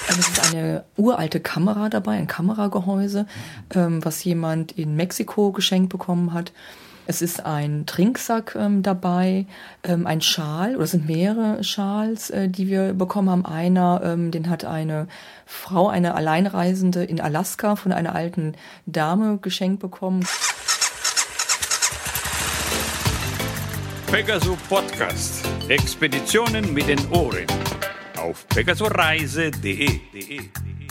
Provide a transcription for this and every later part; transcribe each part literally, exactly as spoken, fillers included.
Es ist eine uralte Kamera dabei, ein Kameragehäuse, ähm, was jemand in Mexiko geschenkt bekommen hat. Es ist ein Trinksack ähm, dabei, ähm, ein Schal, oder es sind mehrere Schals, äh, die wir bekommen haben. Einer, ähm, den hat eine Frau, eine Alleinreisende in Alaska von einer alten Dame geschenkt bekommen. Pegaso Podcast. Expeditionen mit den Ohren. Auf pegasoreise punkt de.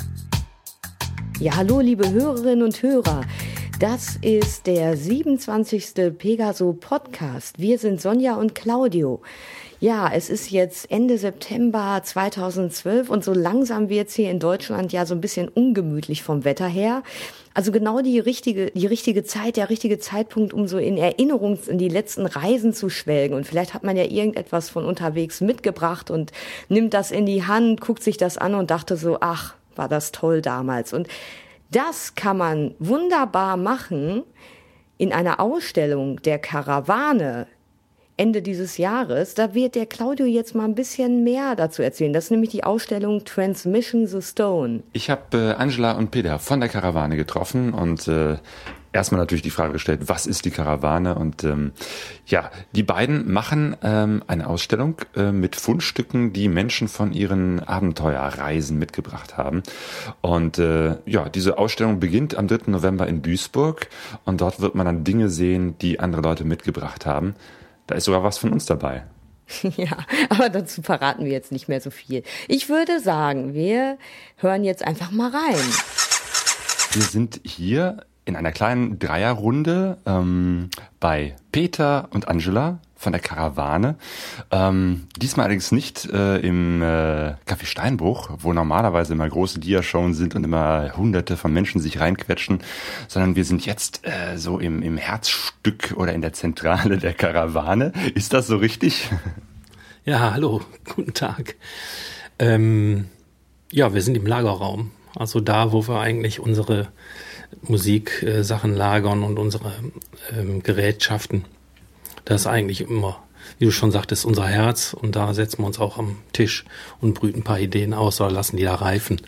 Ja, hallo liebe Hörerinnen und Hörer. Das ist der siebenundzwanzigste Pegaso Podcast. Wir sind Sonja und Claudio. Ja, es ist jetzt Ende September zweitausendzwölf und so langsam wird's hier in Deutschland ja so ein bisschen ungemütlich vom Wetter her. Also genau die richtige, die richtige Zeit, der richtige Zeitpunkt, um so in Erinnerung in die letzten Reisen zu schwelgen. Und vielleicht hat man ja irgendetwas von unterwegs mitgebracht und nimmt das in die Hand, guckt sich das an und dachte so, ach, war das toll damals. Und das kann man wunderbar machen in einer Ausstellung der Karawane Ende dieses Jahres. Da wird der Claudio jetzt mal ein bisschen mehr dazu erzählen. Das ist nämlich die Ausstellung Transmission the Stone. Ich habe äh, Angela und Peter von der Karawane getroffen und äh, erstmal natürlich die Frage gestellt, was ist die Karawane? Und ähm, ja, die beiden machen ähm, eine Ausstellung äh, mit Fundstücken, die Menschen von ihren Abenteuerreisen mitgebracht haben. Und äh, ja, diese Ausstellung beginnt am dritten November in Duisburg und dort wird man dann Dinge sehen, die andere Leute mitgebracht haben. Da ist sogar was von uns dabei. Ja, aber dazu verraten wir jetzt nicht mehr so viel. Ich würde sagen, wir hören jetzt einfach mal rein. Wir sind hier in einer kleinen Dreierrunde ähm, bei Peter und Angela von der Karawane. Ähm, diesmal allerdings nicht äh, im äh, Café Steinbruch, wo normalerweise immer große Diashows sind und immer hunderte von Menschen sich reinquetschen, sondern wir sind jetzt äh, so im, im Herzstück oder in der Zentrale der Karawane. Ist das so richtig? Ja, hallo, guten Tag. Ähm, ja, wir sind im Lagerraum, also da, wo wir eigentlich unsere Musiksachen lagern und unsere ähm, Gerätschaften. Das ist eigentlich immer, wie du schon sagtest, unser Herz. Und da setzen wir uns auch am Tisch und brüten ein paar Ideen aus oder lassen die da reifen.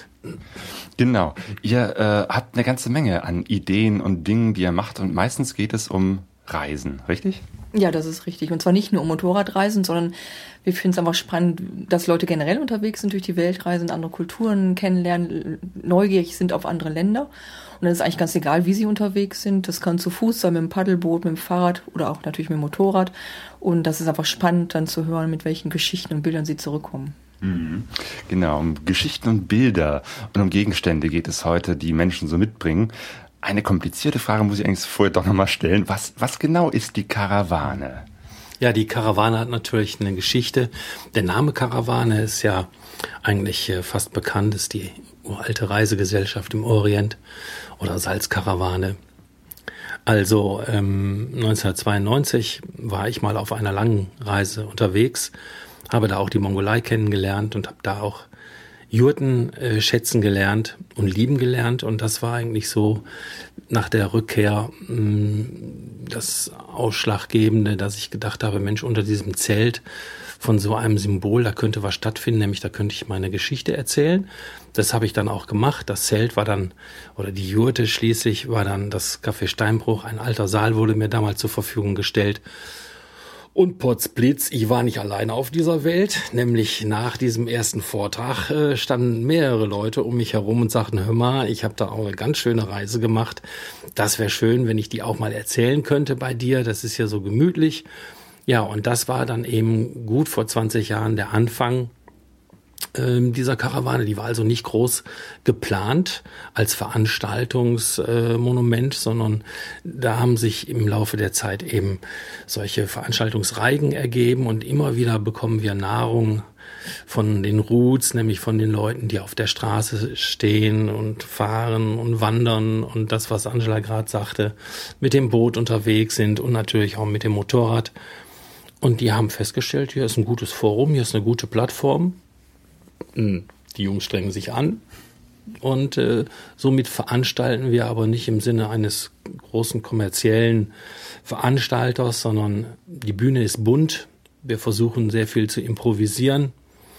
Genau. Ihr äh, habt eine ganze Menge an Ideen und Dingen, die ihr macht. Und meistens geht es um Reisen, richtig? Ja, das ist richtig. Und zwar nicht nur um Motorradreisen, sondern wir finden es einfach spannend, dass Leute generell unterwegs sind durch die Welt, reisen, andere Kulturen kennenlernen, neugierig sind auf andere Länder. Und dann ist eigentlich ganz egal, wie sie unterwegs sind. Das kann zu Fuß sein, mit dem Paddelboot, mit dem Fahrrad oder auch natürlich mit dem Motorrad. Und das ist einfach spannend, dann zu hören, mit welchen Geschichten und Bildern sie zurückkommen. Mhm. Genau, um Geschichten und Bilder und um Gegenstände geht es heute, die Menschen so mitbringen. Eine komplizierte Frage muss ich eigentlich vorher doch nochmal stellen. Was, was genau ist die Karawane? Ja, die Karawane hat natürlich eine Geschichte. Der Name Karawane ist ja eigentlich fast bekannt, ist die uralte Reisegesellschaft im Orient oder Salzkarawane. Also ähm, neunzehnhundertzweiundneunzig war ich mal auf einer langen Reise unterwegs, habe da auch die Mongolei kennengelernt und habe da auch Jurten äh, schätzen gelernt und lieben gelernt. Und das war eigentlich so nach der Rückkehr mh, das Ausschlaggebende, dass ich gedacht habe, Mensch, unter diesem Zelt von so einem Symbol, da könnte was stattfinden, nämlich da könnte ich meine Geschichte erzählen. Das habe ich dann auch gemacht. Das Zelt war dann, oder die Jurte schließlich, war dann das Café Steinbruch. Ein alter Saal wurde mir damals zur Verfügung gestellt. Und potzblitz, ich war nicht alleine auf dieser Welt, nämlich nach diesem ersten Vortrag äh, standen mehrere Leute um mich herum und sagten, hör mal, ich habe da auch eine ganz schöne Reise gemacht. Das wäre schön, wenn ich die auch mal erzählen könnte bei dir. Das ist ja so gemütlich. Ja, und das war dann eben gut vor zwanzig Jahren der Anfang ähm, dieser Karawane. Die war also nicht groß geplant als Veranstaltungsmonument, äh, sondern da haben sich im Laufe der Zeit eben solche Veranstaltungsreigen ergeben und immer wieder bekommen wir Nahrung von den Roots, nämlich von den Leuten, die auf der Straße stehen und fahren und wandern und das, was Angela gerade sagte, mit dem Boot unterwegs sind und natürlich auch mit dem Motorrad. Und die haben festgestellt, hier ist ein gutes Forum, hier ist eine gute Plattform. Die Jungs strengen sich an und äh, somit veranstalten wir aber nicht im Sinne eines großen kommerziellen Veranstalters, sondern die Bühne ist bunt. Wir versuchen sehr viel zu improvisieren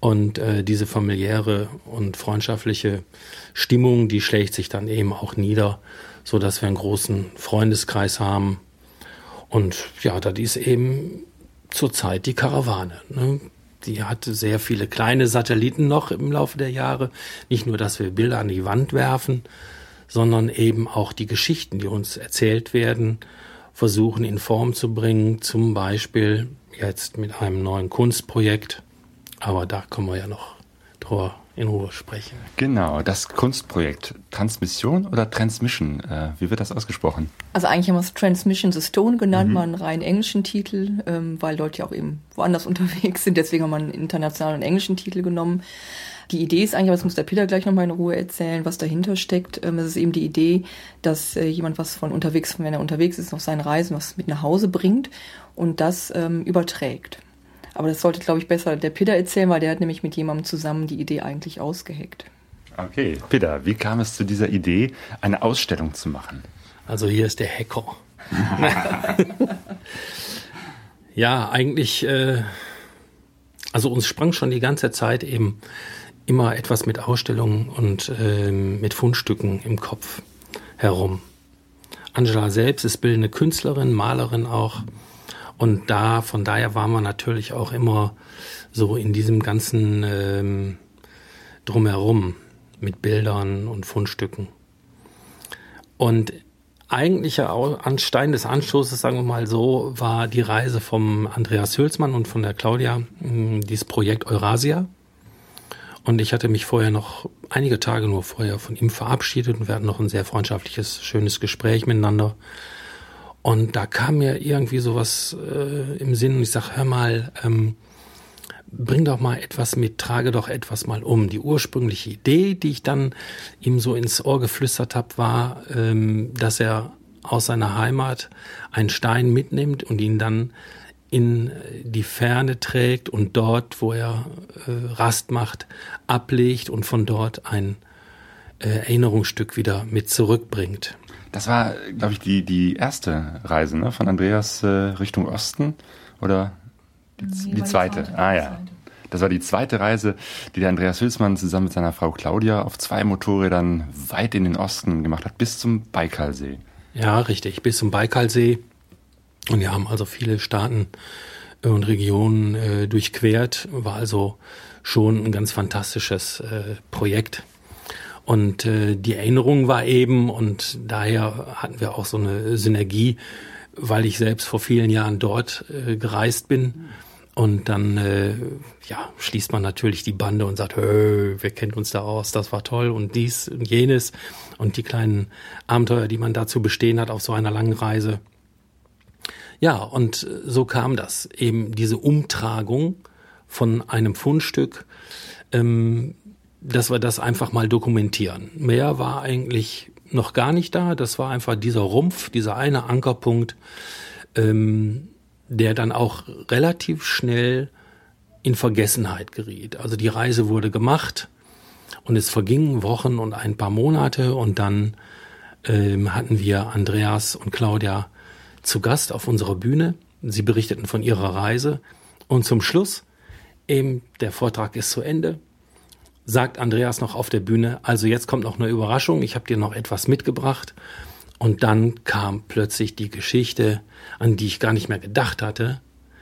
Und äh, diese familiäre und freundschaftliche Stimmung, die schlägt sich dann eben auch nieder, so dass wir einen großen Freundeskreis haben. Und ja, das ist eben zurzeit die Karawane. Ne? Die hat sehr viele kleine Satelliten noch im Laufe der Jahre. Nicht nur, dass wir Bilder an die Wand werfen, sondern eben auch die Geschichten, die uns erzählt werden, versuchen in Form zu bringen. Zum Beispiel jetzt mit einem neuen Kunstprojekt. Aber da können wir ja noch drüber in Ruhe sprechen. Genau, das Kunstprojekt Transmission oder Transmission, äh, wie wird das ausgesprochen? Also eigentlich haben wir es Transmission the Stone genannt, mhm. mal einen rein englischen Titel, ähm, weil Leute ja auch eben woanders unterwegs sind. Deswegen haben wir einen internationalen und englischen Titel genommen. Die Idee ist eigentlich, aber das muss der Peter gleich nochmal in Ruhe erzählen, was dahinter steckt. Ähm, es ist eben die Idee, dass äh, jemand was von unterwegs, wenn er unterwegs ist, auf seinen Reisen was mit nach Hause bringt und das ähm, überträgt. Aber das sollte, glaube ich, besser der Peter erzählen, weil der hat nämlich mit jemandem zusammen die Idee eigentlich ausgeheckt. Okay, Peter, wie kam es zu dieser Idee, eine Ausstellung zu machen? Also hier ist der Hacker. Ja, eigentlich, äh, also uns sprang schon die ganze Zeit eben immer etwas mit Ausstellungen und äh, mit Fundstücken im Kopf herum. Angela selbst ist bildende Künstlerin, Malerin auch. Und da, von daher waren wir natürlich auch immer so in diesem ganzen ähm, Drumherum mit Bildern und Fundstücken. Und eigentlicher Stein des Anstoßes, sagen wir mal so, war die Reise vom Andreas Hülsmann und von der Claudia, dieses Projekt Eurasia. Und ich hatte mich vorher noch, einige Tage nur vorher von ihm verabschiedet und wir hatten noch ein sehr freundschaftliches, schönes Gespräch miteinander. Und da kam mir irgendwie sowas äh, im Sinn und ich sag, hör mal, ähm, bring doch mal etwas mit, trage doch etwas mal um. Die ursprüngliche Idee, die ich dann ihm so ins Ohr geflüstert habe, war, ähm, dass er aus seiner Heimat einen Stein mitnimmt und ihn dann in die Ferne trägt und dort, wo er äh, Rast macht, ablegt und von dort ein äh, Erinnerungsstück wieder mit zurückbringt. Das war, glaube ich, die, die erste Reise, ne, von Andreas äh, Richtung Osten, oder die, nee, die zweite? zweite? Ah ja, das war die zweite Reise, die der Andreas Hülsmann zusammen mit seiner Frau Claudia auf zwei Motorrädern weit in den Osten gemacht hat, bis zum Baikalsee. Ja, richtig, bis zum Baikalsee. Und wir haben also viele Staaten und Regionen äh, durchquert, war also schon ein ganz fantastisches äh, Projekt. Und äh, die Erinnerung war eben, und daher hatten wir auch so eine Synergie, weil ich selbst vor vielen Jahren dort äh, gereist bin. Und dann äh, ja, schließt man natürlich die Bande und sagt, hey, wer kennt uns da aus, das war toll und dies und jenes. Und die kleinen Abenteuer, die man da zu bestehen hat auf so einer langen Reise. Ja, und so kam das, eben diese Umtragung von einem Fundstück, ähm, dass wir das einfach mal dokumentieren. Mehr war eigentlich noch gar nicht da. Das war einfach dieser Rumpf, dieser eine Ankerpunkt, ähm, der dann auch relativ schnell in Vergessenheit geriet. Also die Reise wurde gemacht und es vergingen Wochen und ein paar Monate und dann ähm, hatten wir Andreas und Claudia zu Gast auf unserer Bühne. Sie berichteten von ihrer Reise und zum Schluss, eben der Vortrag ist zu Ende, sagt Andreas noch auf der Bühne, also jetzt kommt noch eine Überraschung, ich habe dir noch etwas mitgebracht. Und dann kam plötzlich die Geschichte, an die ich gar nicht mehr gedacht hatte,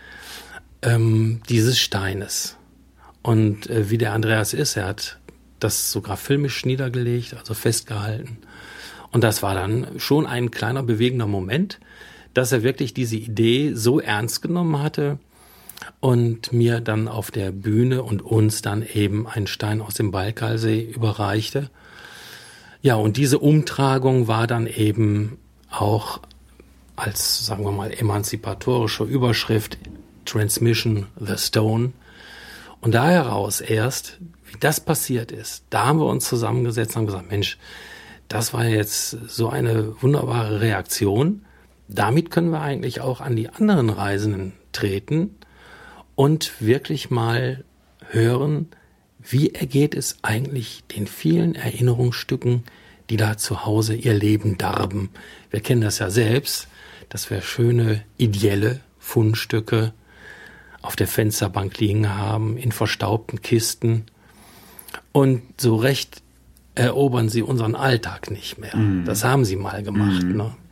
ähm, dieses Steines. Und äh, wie der Andreas ist, er hat das sogar filmisch niedergelegt, also festgehalten. Und das war dann schon ein kleiner bewegender Moment, dass er wirklich diese Idee so ernst genommen hatte, und mir dann auf der Bühne und uns dann eben einen Stein aus dem Baikalsee überreichte. Ja, und diese Umtragung war dann eben auch als, sagen wir mal, emanzipatorische Überschrift Transmission the Stone. Und da heraus erst, wie das passiert ist, da haben wir uns zusammengesetzt und haben gesagt, Mensch, das war jetzt so eine wunderbare Reaktion. Damit können wir eigentlich auch an die anderen Reisenden treten und wirklich mal hören, wie ergeht es eigentlich den vielen Erinnerungsstücken, die da zu Hause ihr Leben darben. Wir kennen das ja selbst, dass wir schöne, ideelle Fundstücke auf der Fensterbank liegen haben, in verstaubten Kisten. Und so recht erobern sie unseren Alltag nicht mehr. Mm. Das haben sie mal gemacht. Mm. Ne?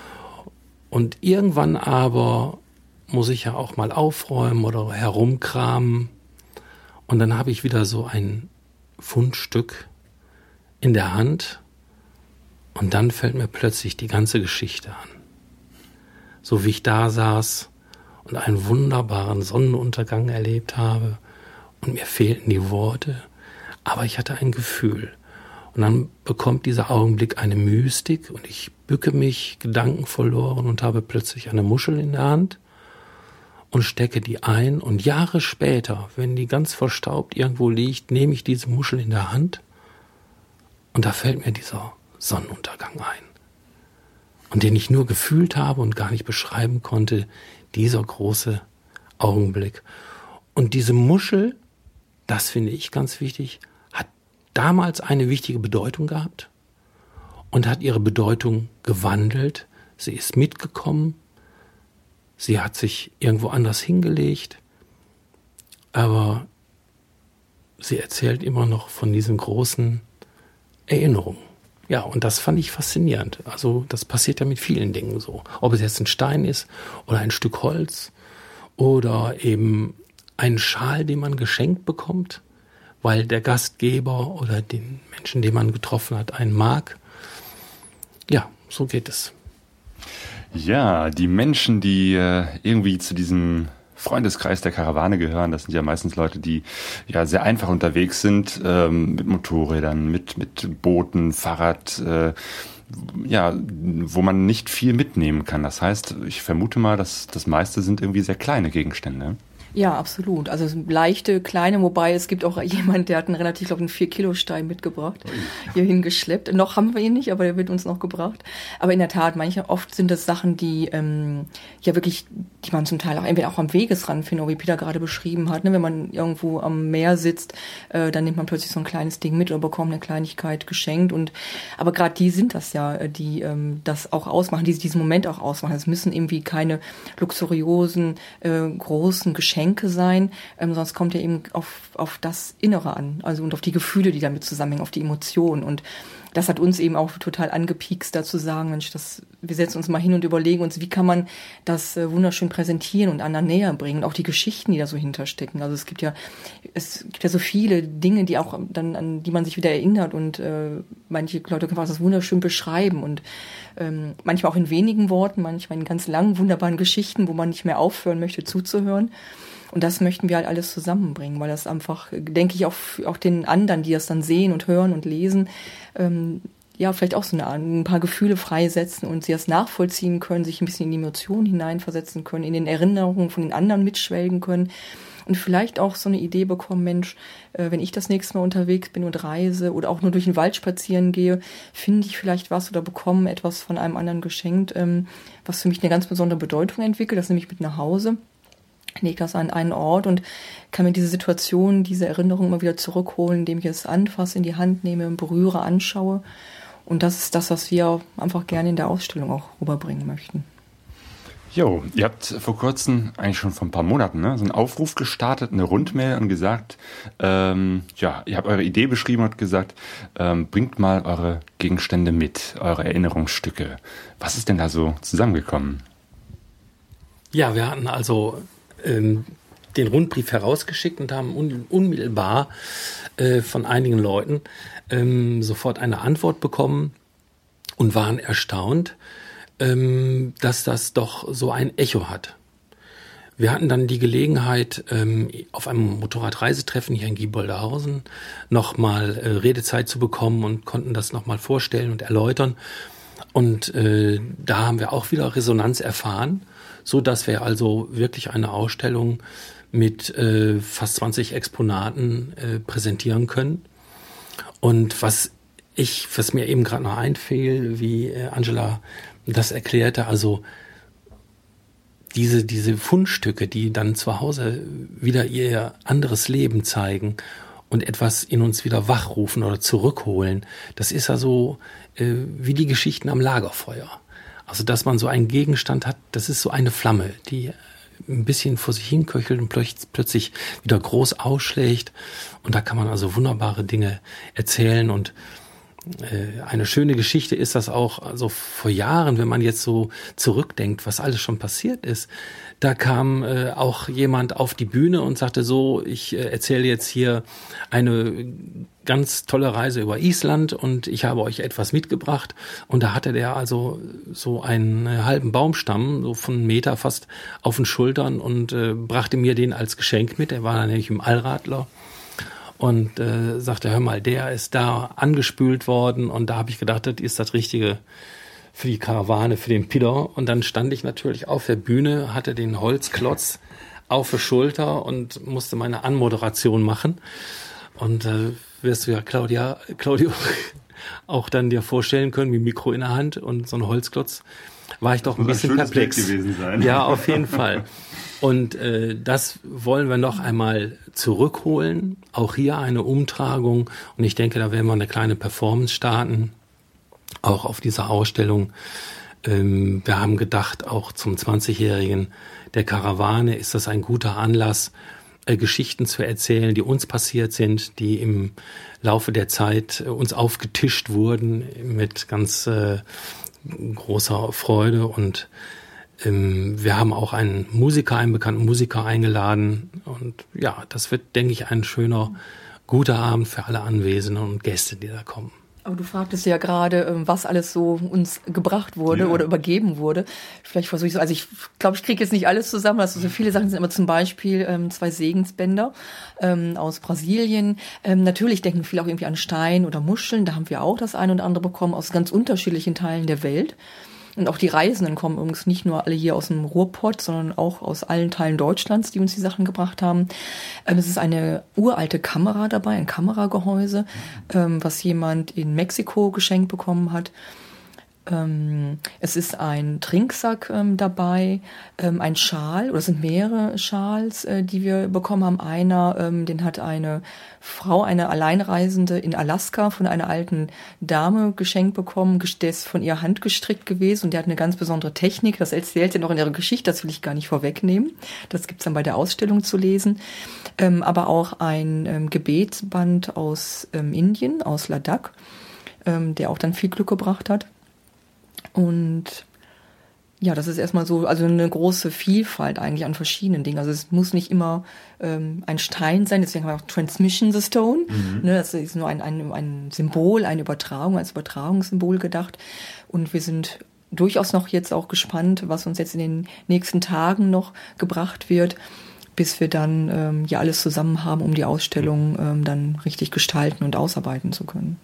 Und irgendwann aber muss ich ja auch mal aufräumen oder herumkramen. Und dann habe ich wieder so ein Fundstück in der Hand. Und dann fällt mir plötzlich die ganze Geschichte an. So wie ich da saß und einen wunderbaren Sonnenuntergang erlebt habe und mir fehlten die Worte, aber ich hatte ein Gefühl. Und dann bekommt dieser Augenblick eine Mystik und ich bücke mich gedankenverloren und habe plötzlich eine Muschel in der Hand und stecke die ein. Und Jahre später, wenn die ganz verstaubt irgendwo liegt, nehme ich diese Muschel in der Hand und da fällt mir dieser Sonnenuntergang ein. Und den ich nur gefühlt habe und gar nicht beschreiben konnte, dieser große Augenblick. Und diese Muschel, das finde ich ganz wichtig, hat damals eine wichtige Bedeutung gehabt und hat ihre Bedeutung gewandelt. Sie ist mitgekommen, sie hat sich irgendwo anders hingelegt, aber sie erzählt immer noch von diesen großen Erinnerungen. Ja, und das fand ich faszinierend. Also das passiert ja mit vielen Dingen so. Ob es jetzt ein Stein ist oder ein Stück Holz oder eben ein Schal, den man geschenkt bekommt, weil der Gastgeber oder den Menschen, den man getroffen hat, einen mag. Ja, so geht es. Ja, die Menschen, die äh, irgendwie zu diesem Freundeskreis der Karawane gehören, das sind ja meistens Leute, die ja sehr einfach unterwegs sind, ähm, mit Motorrädern, mit mit Booten, Fahrrad, äh, ja, wo man nicht viel mitnehmen kann. Das heißt, ich vermute mal, dass das meiste sind irgendwie sehr kleine Gegenstände. Ja, absolut. Also leichte, kleine, wobei es gibt auch jemand, der hat einen relativ, glaube ich, einen vier Kilo Stein mitgebracht, hier hingeschleppt. Noch haben wir ihn nicht, aber der wird uns noch gebracht. Aber in der Tat, manche, oft sind es Sachen, die ähm, ja wirklich, die man zum Teil auch entweder auch am Wegesrand findet, wie Peter gerade beschrieben hat. Ne? Wenn man irgendwo am Meer sitzt, äh, dann nimmt man plötzlich so ein kleines Ding mit oder bekommt eine Kleinigkeit geschenkt. Und aber gerade die sind das ja, die ähm, das auch ausmachen, die diesen Moment auch ausmachen. Es müssen irgendwie keine luxuriösen, äh, großen Geschenke sein, ähm, sonst kommt ja eben auf, auf das Innere an, also und auf die Gefühle, die damit zusammenhängen, auf die Emotionen. Und das hat uns eben auch total angepiekst, da zu sagen, Mensch, das, wir setzen uns mal hin und überlegen uns, wie kann man das äh, wunderschön präsentieren und anderen näher bringen, und auch die Geschichten, die da so hinterstecken. Also es gibt ja, es gibt ja so viele Dinge, die auch dann, an die man sich wieder erinnert, und äh, manche Leute können das wunderschön beschreiben und ähm, manchmal auch in wenigen Worten, manchmal in ganz langen, wunderbaren Geschichten, wo man nicht mehr aufhören möchte zuzuhören. Und das möchten wir halt alles zusammenbringen, weil das einfach, denke ich, auch, auch den anderen, die das dann sehen und hören und lesen, ähm, ja, vielleicht auch so eine, ein paar Gefühle freisetzen und sie das nachvollziehen können, sich ein bisschen in die Emotionen hineinversetzen können, in den Erinnerungen von den anderen mitschwelgen können und vielleicht auch so eine Idee bekommen, Mensch, äh, wenn ich das nächste Mal unterwegs bin und reise oder auch nur durch den Wald spazieren gehe, finde ich vielleicht was oder bekomme etwas von einem anderen geschenkt, ähm, was für mich eine ganz besondere Bedeutung entwickelt, das nehme ich mit nach Hause. Lege das an einen Ort und kann mir diese Situation, diese Erinnerung immer wieder zurückholen, indem ich es anfasse, in die Hand nehme, berühre, anschaue. Und das ist das, was wir einfach gerne in der Ausstellung auch rüberbringen möchten. Jo, ihr habt vor kurzem, eigentlich schon vor ein paar Monaten, ne, so einen Aufruf gestartet, eine Rundmail und gesagt, ähm, ja, ihr habt eure Idee beschrieben und gesagt, ähm, bringt mal eure Gegenstände mit, eure Erinnerungsstücke. Was ist denn da so zusammengekommen? Ja, wir hatten also den Rundbrief herausgeschickt und haben un- unmittelbar äh, von einigen Leuten ähm, sofort eine Antwort bekommen und waren erstaunt, ähm, dass das doch so ein Echo hat. Wir hatten dann die Gelegenheit, ähm, auf einem Motorradreisetreffen hier in Gieboldehausen nochmal äh, Redezeit zu bekommen und konnten das nochmal vorstellen und erläutern. Und äh, da haben wir auch wieder Resonanz erfahren, so dass wir also wirklich eine Ausstellung mit äh, fast zwanzig Exponaten äh, präsentieren können. Und was ich, was mir eben gerade noch einfiel, wie äh, Angela das erklärte, also diese diese Fundstücke, die dann zu Hause wieder ihr anderes Leben zeigen und etwas in uns wieder wachrufen oder zurückholen, das ist ja so äh, wie die Geschichten am Lagerfeuer. Also, dass man so einen Gegenstand hat, das ist so eine Flamme, die ein bisschen vor sich hinköchelt und plötzlich wieder groß ausschlägt. Und da kann man also wunderbare Dinge erzählen. Und äh, eine schöne Geschichte ist das auch, also vor Jahren, wenn man jetzt so zurückdenkt, was alles schon passiert ist. Da kam äh, auch jemand auf die Bühne und sagte so, ich äh, erzähle jetzt hier eine ganz tolle Reise über Island und ich habe euch etwas mitgebracht. Und da hatte der also so einen äh, halben Baumstamm, so von einem Meter fast auf den Schultern und äh, brachte mir den als Geschenk mit. Er war dann nämlich im Allradler und äh, sagte, hör mal, der ist da angespült worden. Und da habe ich gedacht, das ist das Richtige für die Karawane, für den Pidder. Und dann stand ich natürlich auf der Bühne, hatte den Holzklotz auf der Schulter und musste meine Anmoderation machen. Und äh, wirst du ja, Claudia, Claudio, auch dann dir vorstellen können, wie Mikro in der Hand und so ein Holzklotz, war ich doch ein bisschen perplex. Gewesen sein. Ja, auf jeden Fall. Und äh, das wollen wir noch einmal zurückholen. Auch hier eine Umtragung. Und ich denke, da werden wir eine kleine Performance starten. Auch auf dieser Ausstellung. Ähm, wir haben gedacht, auch zum zwanzigjährigen der Karawane ist das ein guter Anlass, äh, Geschichten zu erzählen, die uns passiert sind, die im Laufe der Zeit äh, uns aufgetischt wurden mit ganz äh, großer Freude. Und ähm, wir haben auch einen Musiker, einen bekannten Musiker eingeladen. Und ja, das wird, denke ich, ein schöner, guter Abend für alle Anwesenden und Gäste, die da kommen. Aber du fragtest ja gerade, was alles so uns gebracht wurde ja. oder übergeben wurde. Vielleicht versuche ich so, also ich glaube, ich kriege jetzt nicht alles zusammen. Also so viele Sachen sind immer zum Beispiel ähm, zwei Segensbänder ähm, aus Brasilien. Ähm, natürlich denken viele auch irgendwie an Stein oder Muscheln. Da haben wir auch das eine oder andere bekommen aus ganz unterschiedlichen Teilen der Welt. Und auch die Reisenden kommen übrigens nicht nur alle hier aus dem Ruhrpott, sondern auch aus allen Teilen Deutschlands, die uns die Sachen gebracht haben. Ähm, es ist eine uralte Kamera dabei, ein Kameragehäuse, ähm, was jemand in Mexiko geschenkt bekommen hat. Ähm, es ist ein Trinksack ähm, dabei, ähm, ein Schal, oder es sind mehrere Schals, äh, die wir bekommen haben. Einer, ähm, den hat eine Frau, eine Alleinreisende in Alaska von einer alten Dame geschenkt bekommen. Der ist von ihr handgestrickt gewesen und der hat eine ganz besondere Technik. Das erzählt sie noch in ihrer Geschichte, das will ich gar nicht vorwegnehmen. Das gibt's dann bei der Ausstellung zu lesen. Ähm, aber auch ein ähm, Gebetsband aus ähm, Indien, aus Ladakh, ähm, der auch dann viel Glück gebracht hat. Und ja, das ist erstmal so, also eine große Vielfalt eigentlich an verschiedenen Dingen. Also es muss nicht immer ähm, ein Stein sein, deswegen haben wir auch Transmission the Stone. Mhm. Ne, das ist nur ein, ein, ein Symbol, eine Übertragung, als Übertragungssymbol gedacht. Und wir sind durchaus noch jetzt auch gespannt, was uns jetzt in den nächsten Tagen noch gebracht wird, bis wir dann ähm, ja alles zusammen haben, um die Ausstellung ähm, dann richtig gestalten und ausarbeiten zu können.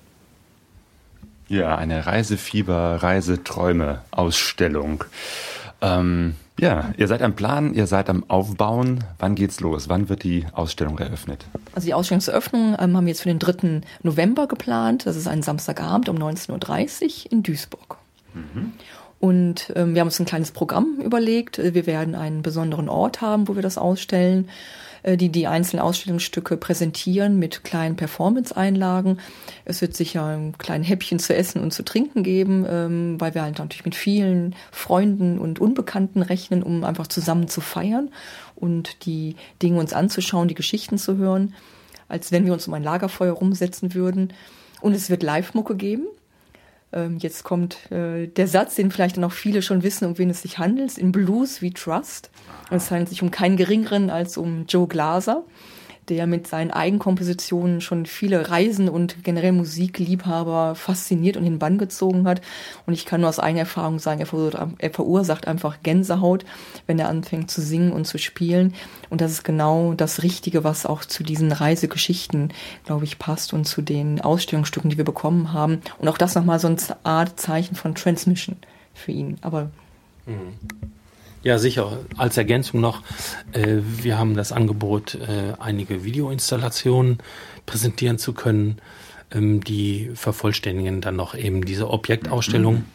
Ja, eine Reisefieber, Reiseträume-Ausstellung. Ähm, ja, ihr seid am Plan, ihr seid am Aufbauen. Wann geht's los? Wann wird die Ausstellung eröffnet? Also die Ausstellungseröffnung ähm, haben wir jetzt für den dritten November geplant. Das ist ein Samstagabend um neunzehn Uhr dreißig in Duisburg. Mhm. Und ähm, wir haben uns ein kleines Programm überlegt. Wir werden einen besonderen Ort haben, wo wir das ausstellen, die die einzelnen Ausstellungsstücke präsentieren mit kleinen Performance-Einlagen. Es wird sicher ein kleines Häppchen zu essen und zu trinken geben, ähm, weil wir halt natürlich mit vielen Freunden und Unbekannten rechnen, um einfach zusammen zu feiern und die Dinge uns anzuschauen, die Geschichten zu hören, als wenn wir uns um ein Lagerfeuer rumsetzen würden. Und es wird Live-Mucke geben. Ähm, jetzt kommt äh, der Satz, den vielleicht dann auch viele schon wissen, um wen es sich handelt. In Blues we trust. Es handelt sich um keinen geringeren als um Joe Glaser, der mit seinen Eigenkompositionen schon viele Reisen und generell Musikliebhaber fasziniert und in den Bann gezogen hat. Und ich kann nur aus eigener Erfahrung sagen, er verursacht, er verursacht einfach Gänsehaut, wenn er anfängt zu singen und zu spielen. Und das ist genau das Richtige, was auch zu diesen Reisegeschichten, glaube ich, passt und zu den Ausstellungsstücken, die wir bekommen haben. Und auch das nochmal so eine Art Zeichen von Transmission für ihn. Aber mhm. Ja, sicher. Als Ergänzung noch, äh, wir haben das Angebot, äh, einige Videoinstallationen präsentieren zu können, ähm, die vervollständigen dann noch eben diese Objektausstellung. Mhm.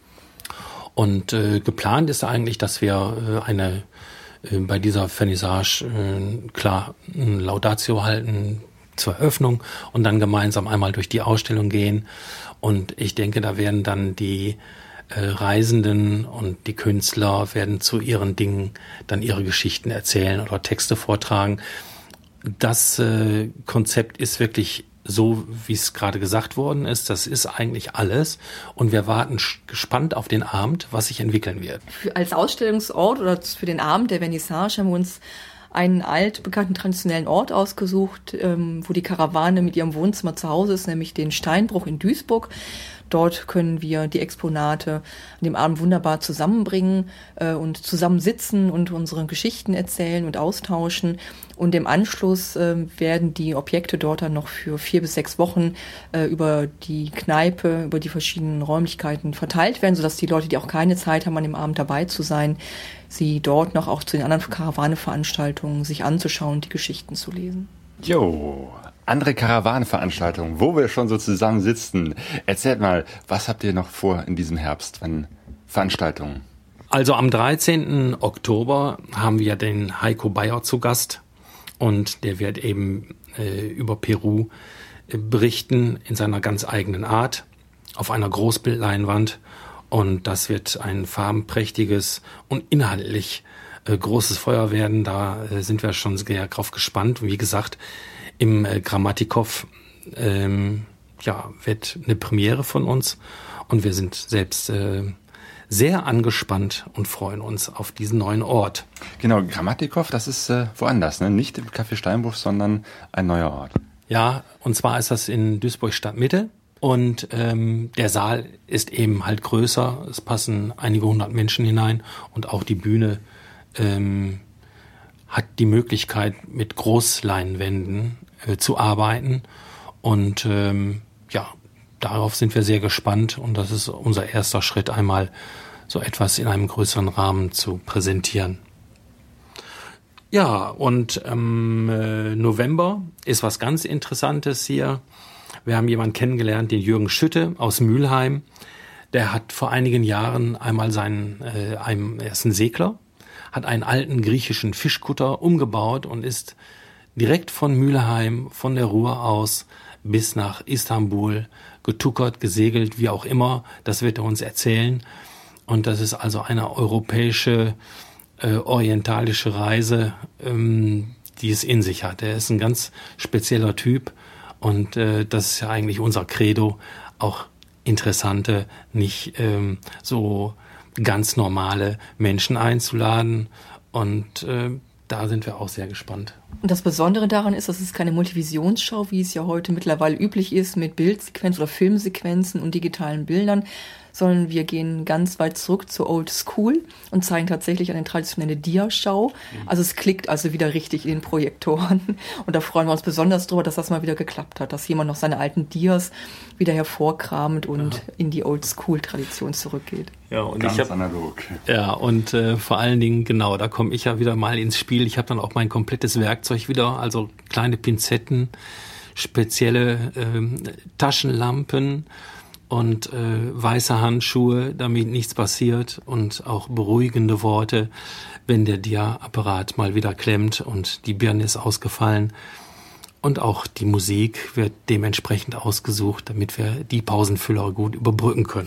Und äh, geplant ist eigentlich, dass wir äh, eine äh, bei dieser Vernissage äh, klar eine Laudatio halten zur Eröffnung und dann gemeinsam einmal durch die Ausstellung gehen. Und ich denke, da werden dann die äh, Reisenden und die Künstler werden zu ihren Dingen dann ihre Geschichten erzählen oder Texte vortragen. Das äh, Konzept ist wirklich so, wie es gerade gesagt worden ist. Das ist eigentlich alles. Und wir warten sch- gespannt auf den Abend, was sich entwickeln wird. Für, als Ausstellungsort oder für den Abend der Vernissage haben wir uns einen altbekannten traditionellen Ort ausgesucht, ähm, wo die Karawane mit ihrem Wohnzimmer zu Hause ist, nämlich den Steinbruch in Duisburg. Dort können wir die Exponate an dem Abend wunderbar zusammenbringen äh, und zusammen sitzen und unsere Geschichten erzählen und austauschen. Und im Anschluss äh, werden die Objekte dort dann noch für vier bis sechs Wochen äh, über die Kneipe, über die verschiedenen Räumlichkeiten verteilt werden, sodass die Leute, die auch keine Zeit haben, an dem Abend dabei zu sein, sie dort noch auch zu den anderen Karawane-Veranstaltungen sich anzuschauen und die Geschichten zu lesen. Jo, andere Karawanenveranstaltungen, wo wir schon so zusammen sitzen. Erzählt mal, was habt ihr noch vor in diesem Herbst an Veranstaltungen? Also am dreizehnten Oktober haben wir den Heiko Bayer zu Gast und der wird eben äh, über Peru äh, berichten in seiner ganz eigenen Art auf einer Großbildleinwand. Und das wird ein farbenprächtiges und inhaltlich äh, großes Feuer werden. Da äh, sind wir schon sehr drauf gespannt. Und wie gesagt, im äh, Grammatikow ähm, ja, wird eine Premiere von uns. Und wir sind selbst äh, sehr angespannt und freuen uns auf diesen neuen Ort. Genau, Grammatikow, das ist äh, woanders, ne? Nicht im Café Steinbruch, sondern ein neuer Ort. Ja, und zwar ist das in Duisburg Stadtmitte. Und ähm, der Saal ist eben halt größer, es passen einige hundert Menschen hinein und auch die Bühne ähm, hat die Möglichkeit, mit Großleinwänden äh, zu arbeiten. Und ähm, ja, darauf sind wir sehr gespannt und das ist unser erster Schritt, einmal so etwas in einem größeren Rahmen zu präsentieren. Ja, und im äh, November ist was ganz Interessantes hier. Wir haben jemanden kennengelernt, den Jürgen Schütte aus Mülheim. Der hat vor einigen Jahren einmal seinen, äh, einem, er ist ein Segler, hat einen alten griechischen Fischkutter umgebaut und ist direkt von Mülheim, von der Ruhr aus bis nach Istanbul getuckert, gesegelt, wie auch immer. Das wird er uns erzählen. Und das ist also eine europäische, äh, orientalische Reise, ähm, die es in sich hat. Er ist ein ganz spezieller Typ. Und äh, das ist ja eigentlich unser Credo, auch interessante, nicht ähm, so ganz normale Menschen einzuladen. Und äh, da sind wir auch sehr gespannt. Und das Besondere daran ist, dass es keine Multivisionsschau, wie es ja heute mittlerweile üblich ist, mit Bildsequenzen oder Filmsequenzen und digitalen Bildern, sondern wir gehen ganz weit zurück zur Old School und zeigen tatsächlich eine traditionelle Dia-Schau. Also es klickt also wieder richtig in den Projektoren. Und da freuen wir uns besonders drüber, dass das mal wieder geklappt hat, dass jemand noch seine alten Dias wieder hervorkramt und ja. in die Old School-Tradition zurückgeht. Ja, und ganz ich hab, analog. Ja, und äh, vor allen Dingen, genau, da komme ich ja wieder mal ins Spiel. Ich habe dann auch mein komplettes Werkzeug wieder, also kleine Pinzetten, spezielle ähm, Taschenlampen, und äh, weiße Handschuhe, damit nichts passiert und auch beruhigende Worte, wenn der Dia-Apparat mal wieder klemmt und die Birne ist ausgefallen. Und auch die Musik wird dementsprechend ausgesucht, damit wir die Pausenfüller gut überbrücken können.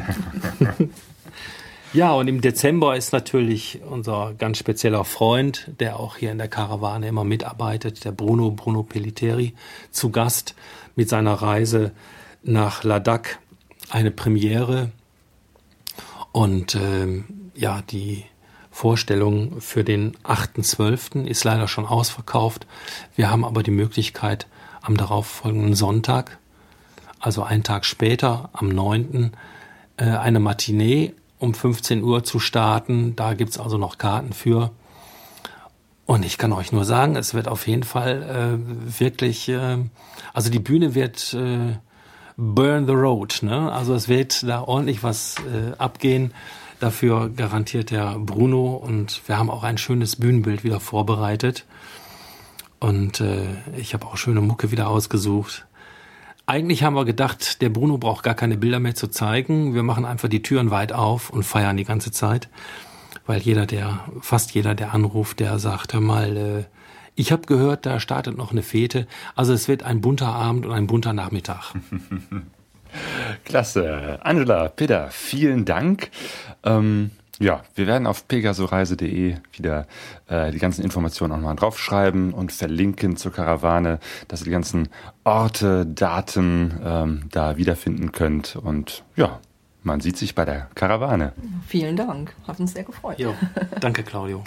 Ja, und im Dezember ist natürlich unser ganz spezieller Freund, der auch hier in der Karawane immer mitarbeitet, der Bruno, Bruno Pelliteri, zu Gast mit seiner Reise nach Ladakh, eine Premiere. Und ähm, ja, die Vorstellung für den achten zwölften ist leider schon ausverkauft. Wir haben aber die Möglichkeit, am darauffolgenden Sonntag, also einen Tag später, am neunten äh, eine Matinee um fünfzehn Uhr zu starten. Da gibt's also noch Karten für. Und ich kann euch nur sagen, es wird auf jeden Fall äh, wirklich, äh, also die Bühne wird äh, burn the road, ne? Also es wird da ordentlich was äh, abgehen. Dafür garantiert der Bruno und wir haben auch ein schönes Bühnenbild wieder vorbereitet. Und äh, ich habe auch schöne Mucke wieder ausgesucht. Eigentlich haben wir gedacht, der Bruno braucht gar keine Bilder mehr zu zeigen. Wir machen einfach die Türen weit auf und feiern die ganze Zeit. Weil jeder, der, fast jeder, der anruft, der sagt, hör mal, äh, ich habe gehört, da startet noch eine Fete. Also es wird ein bunter Abend und ein bunter Nachmittag. Klasse. Angela, Peter, vielen Dank. Ähm, ja, wir werden auf pegasoreise punkt de wieder äh, die ganzen Informationen auch mal draufschreiben und verlinken zur Karawane, dass ihr die ganzen Orte, Daten ähm, da wiederfinden könnt. Und ja, man sieht sich bei der Karawane. Vielen Dank. Hat uns sehr gefreut. Jo, danke, Claudio.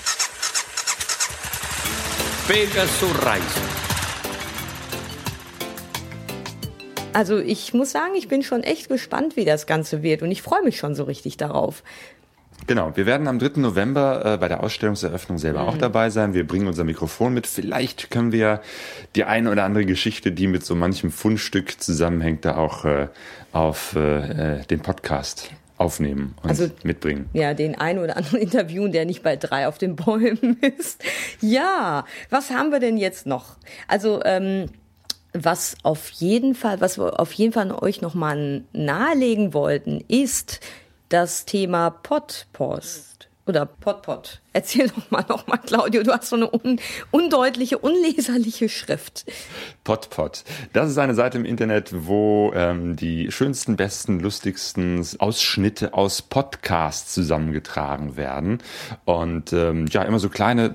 Pegaso Reise. Also ich muss sagen, ich bin schon echt gespannt, wie das Ganze wird und ich freue mich schon so richtig darauf. Genau, wir werden am dritten November äh, bei der Ausstellungseröffnung selber mhm. auch dabei sein. Wir bringen unser Mikrofon mit. Vielleicht können wir die eine oder andere Geschichte, die mit so manchem Fundstück zusammenhängt, da auch äh, auf äh, den Podcast aufnehmen und also, mitbringen. Ja, den einen oder anderen interviewen, der nicht bei drei auf den Bäumen ist. Ja, was haben wir denn jetzt noch? Also, ähm, was auf jeden Fall, was wir auf jeden Fall euch nochmal nahelegen wollten, ist das Thema Podpost oder Podpod. Erzähl doch mal nochmal, Claudio, du hast so eine un- undeutliche, unleserliche Schrift. Podpod. Das ist eine Seite im Internet, wo ähm, die schönsten, besten, lustigsten Ausschnitte aus Podcasts zusammengetragen werden. Und ähm, ja, immer so kleine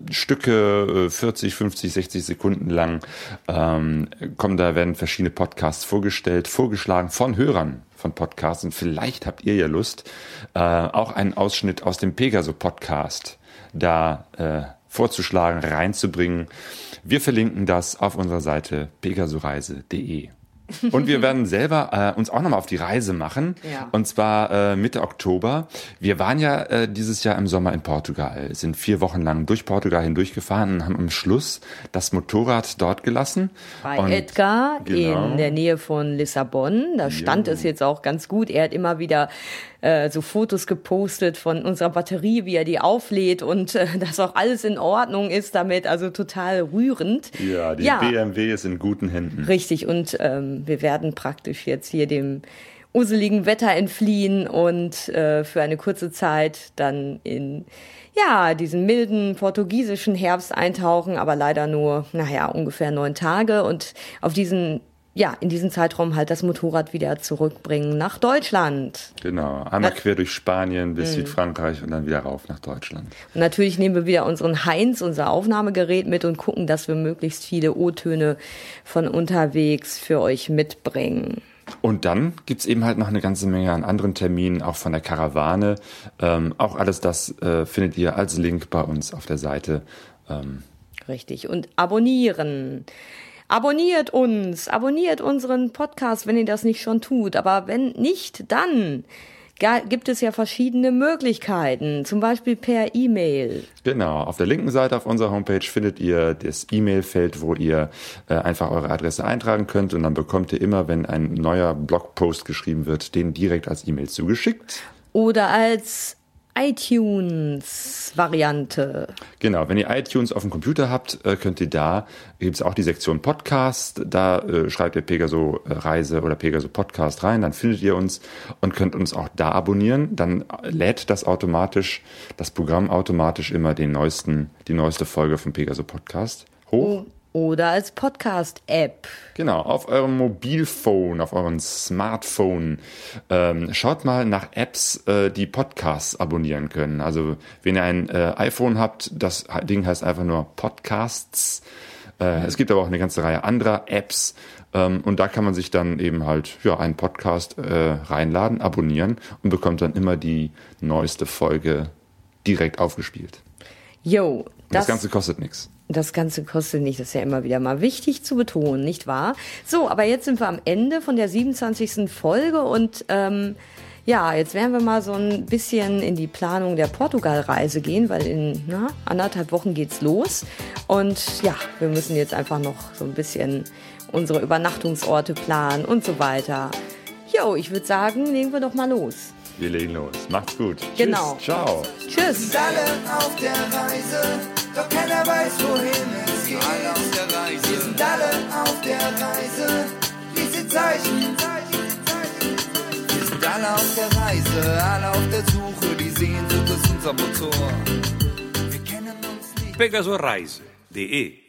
Stücke, vierzig, fünfzig, sechzig Sekunden lang, ähm, kommen da, werden verschiedene Podcasts vorgestellt, vorgeschlagen von Hörern von Podcasts. Und vielleicht habt ihr ja Lust, äh, auch einen Ausschnitt aus dem Pegaso-Podcast da äh, vorzuschlagen, reinzubringen. Wir verlinken das auf unserer Seite pegasoreise punkt de. Und wir werden selber äh, uns auch nochmal auf die Reise machen. Ja. Und zwar äh, Mitte Oktober. Wir waren ja äh, dieses Jahr im Sommer in Portugal, sind vier Wochen lang durch Portugal hindurchgefahren und haben am Schluss das Motorrad dort gelassen. Bei und, Edgar genau. in der Nähe von Lissabon. Da stand jo. es jetzt auch ganz gut. Er hat immer wieder äh, so Fotos gepostet von unserer Batterie, wie er die auflädt und äh, dass auch alles in Ordnung ist damit. Also total rührend. Ja, die ja. B M W ist in guten Händen. Richtig. Und ähm, wir werden praktisch jetzt hier dem useligen Wetter entfliehen und äh, für eine kurze Zeit dann in ja diesen milden portugiesischen Herbst eintauchen, aber leider nur, naja, ungefähr neun Tage und auf diesen ja, in diesem Zeitraum halt das Motorrad wieder zurückbringen nach Deutschland. Genau, einmal quer durch Spanien bis mhm. Südfrankreich und dann wieder rauf nach Deutschland. Und natürlich nehmen wir wieder unseren Heinz, unser Aufnahmegerät mit und gucken, dass wir möglichst viele O-Töne von unterwegs für euch mitbringen. Und dann gibt's eben halt noch eine ganze Menge an anderen Terminen, auch von der Karawane. Ähm, auch alles das äh, findet ihr als Link bei uns auf der Seite. Ähm. Richtig, und abonnieren. Abonniert uns, abonniert unseren Podcast, wenn ihr das nicht schon tut. Aber wenn nicht, dann gibt es ja verschiedene Möglichkeiten, zum Beispiel per E-Mail. Genau, auf der linken Seite auf unserer Homepage findet ihr das E-Mail-Feld, wo ihr äh, einfach eure Adresse eintragen könnt und dann bekommt ihr immer, wenn ein neuer Blogpost geschrieben wird, den direkt als E-Mail zugeschickt. Oder als iTunes-Variante. Genau, wenn ihr iTunes auf dem Computer habt, könnt ihr da, gibt es auch die Sektion Podcast, da äh, schreibt ihr Pegaso Reise oder Pegaso Podcast rein, dann findet ihr uns und könnt uns auch da abonnieren, dann lädt das automatisch, das Programm automatisch immer den neuesten, die neueste Folge vom Pegaso Podcast hoch. Oh. Oder als Podcast-App. Genau, auf eurem Mobilphone, auf eurem Smartphone. Ähm, schaut mal nach Apps, äh, die Podcasts abonnieren können. Also wenn ihr ein äh, iPhone habt, das Ding heißt einfach nur Podcasts. Äh, es gibt aber auch eine ganze Reihe anderer Apps. Ähm, und da kann man sich dann eben halt ja einen Podcast äh, reinladen, abonnieren und bekommt dann immer die neueste Folge direkt aufgespielt. Jo, das, das Ganze kostet nichts. Das Ganze kostet nicht, das ist ja immer wieder mal wichtig zu betonen, nicht wahr? So, aber jetzt sind wir am Ende von der siebenundzwanzigsten Folge und ähm, ja, jetzt werden wir mal so ein bisschen in die Planung der Portugal-Reise gehen, weil in na, anderthalb Wochen geht's los und ja, wir müssen jetzt einfach noch so ein bisschen unsere Übernachtungsorte planen und so weiter. Jo, ich würde sagen, legen wir doch mal los. Wir legen los. Macht's gut. Genau. Tschüss. Ciao. Tschüss. Sind alle auf der Reise, doch keiner weiß, wohin es geht. Alle auf der Reise. Wir sind alle auf der Reise, diese Zeichen. Wir sind alle auf der Reise, alle auf der Suche, die Sehnsucht ist unser Motor. Wir kennen uns nicht. pegasoreise punkt de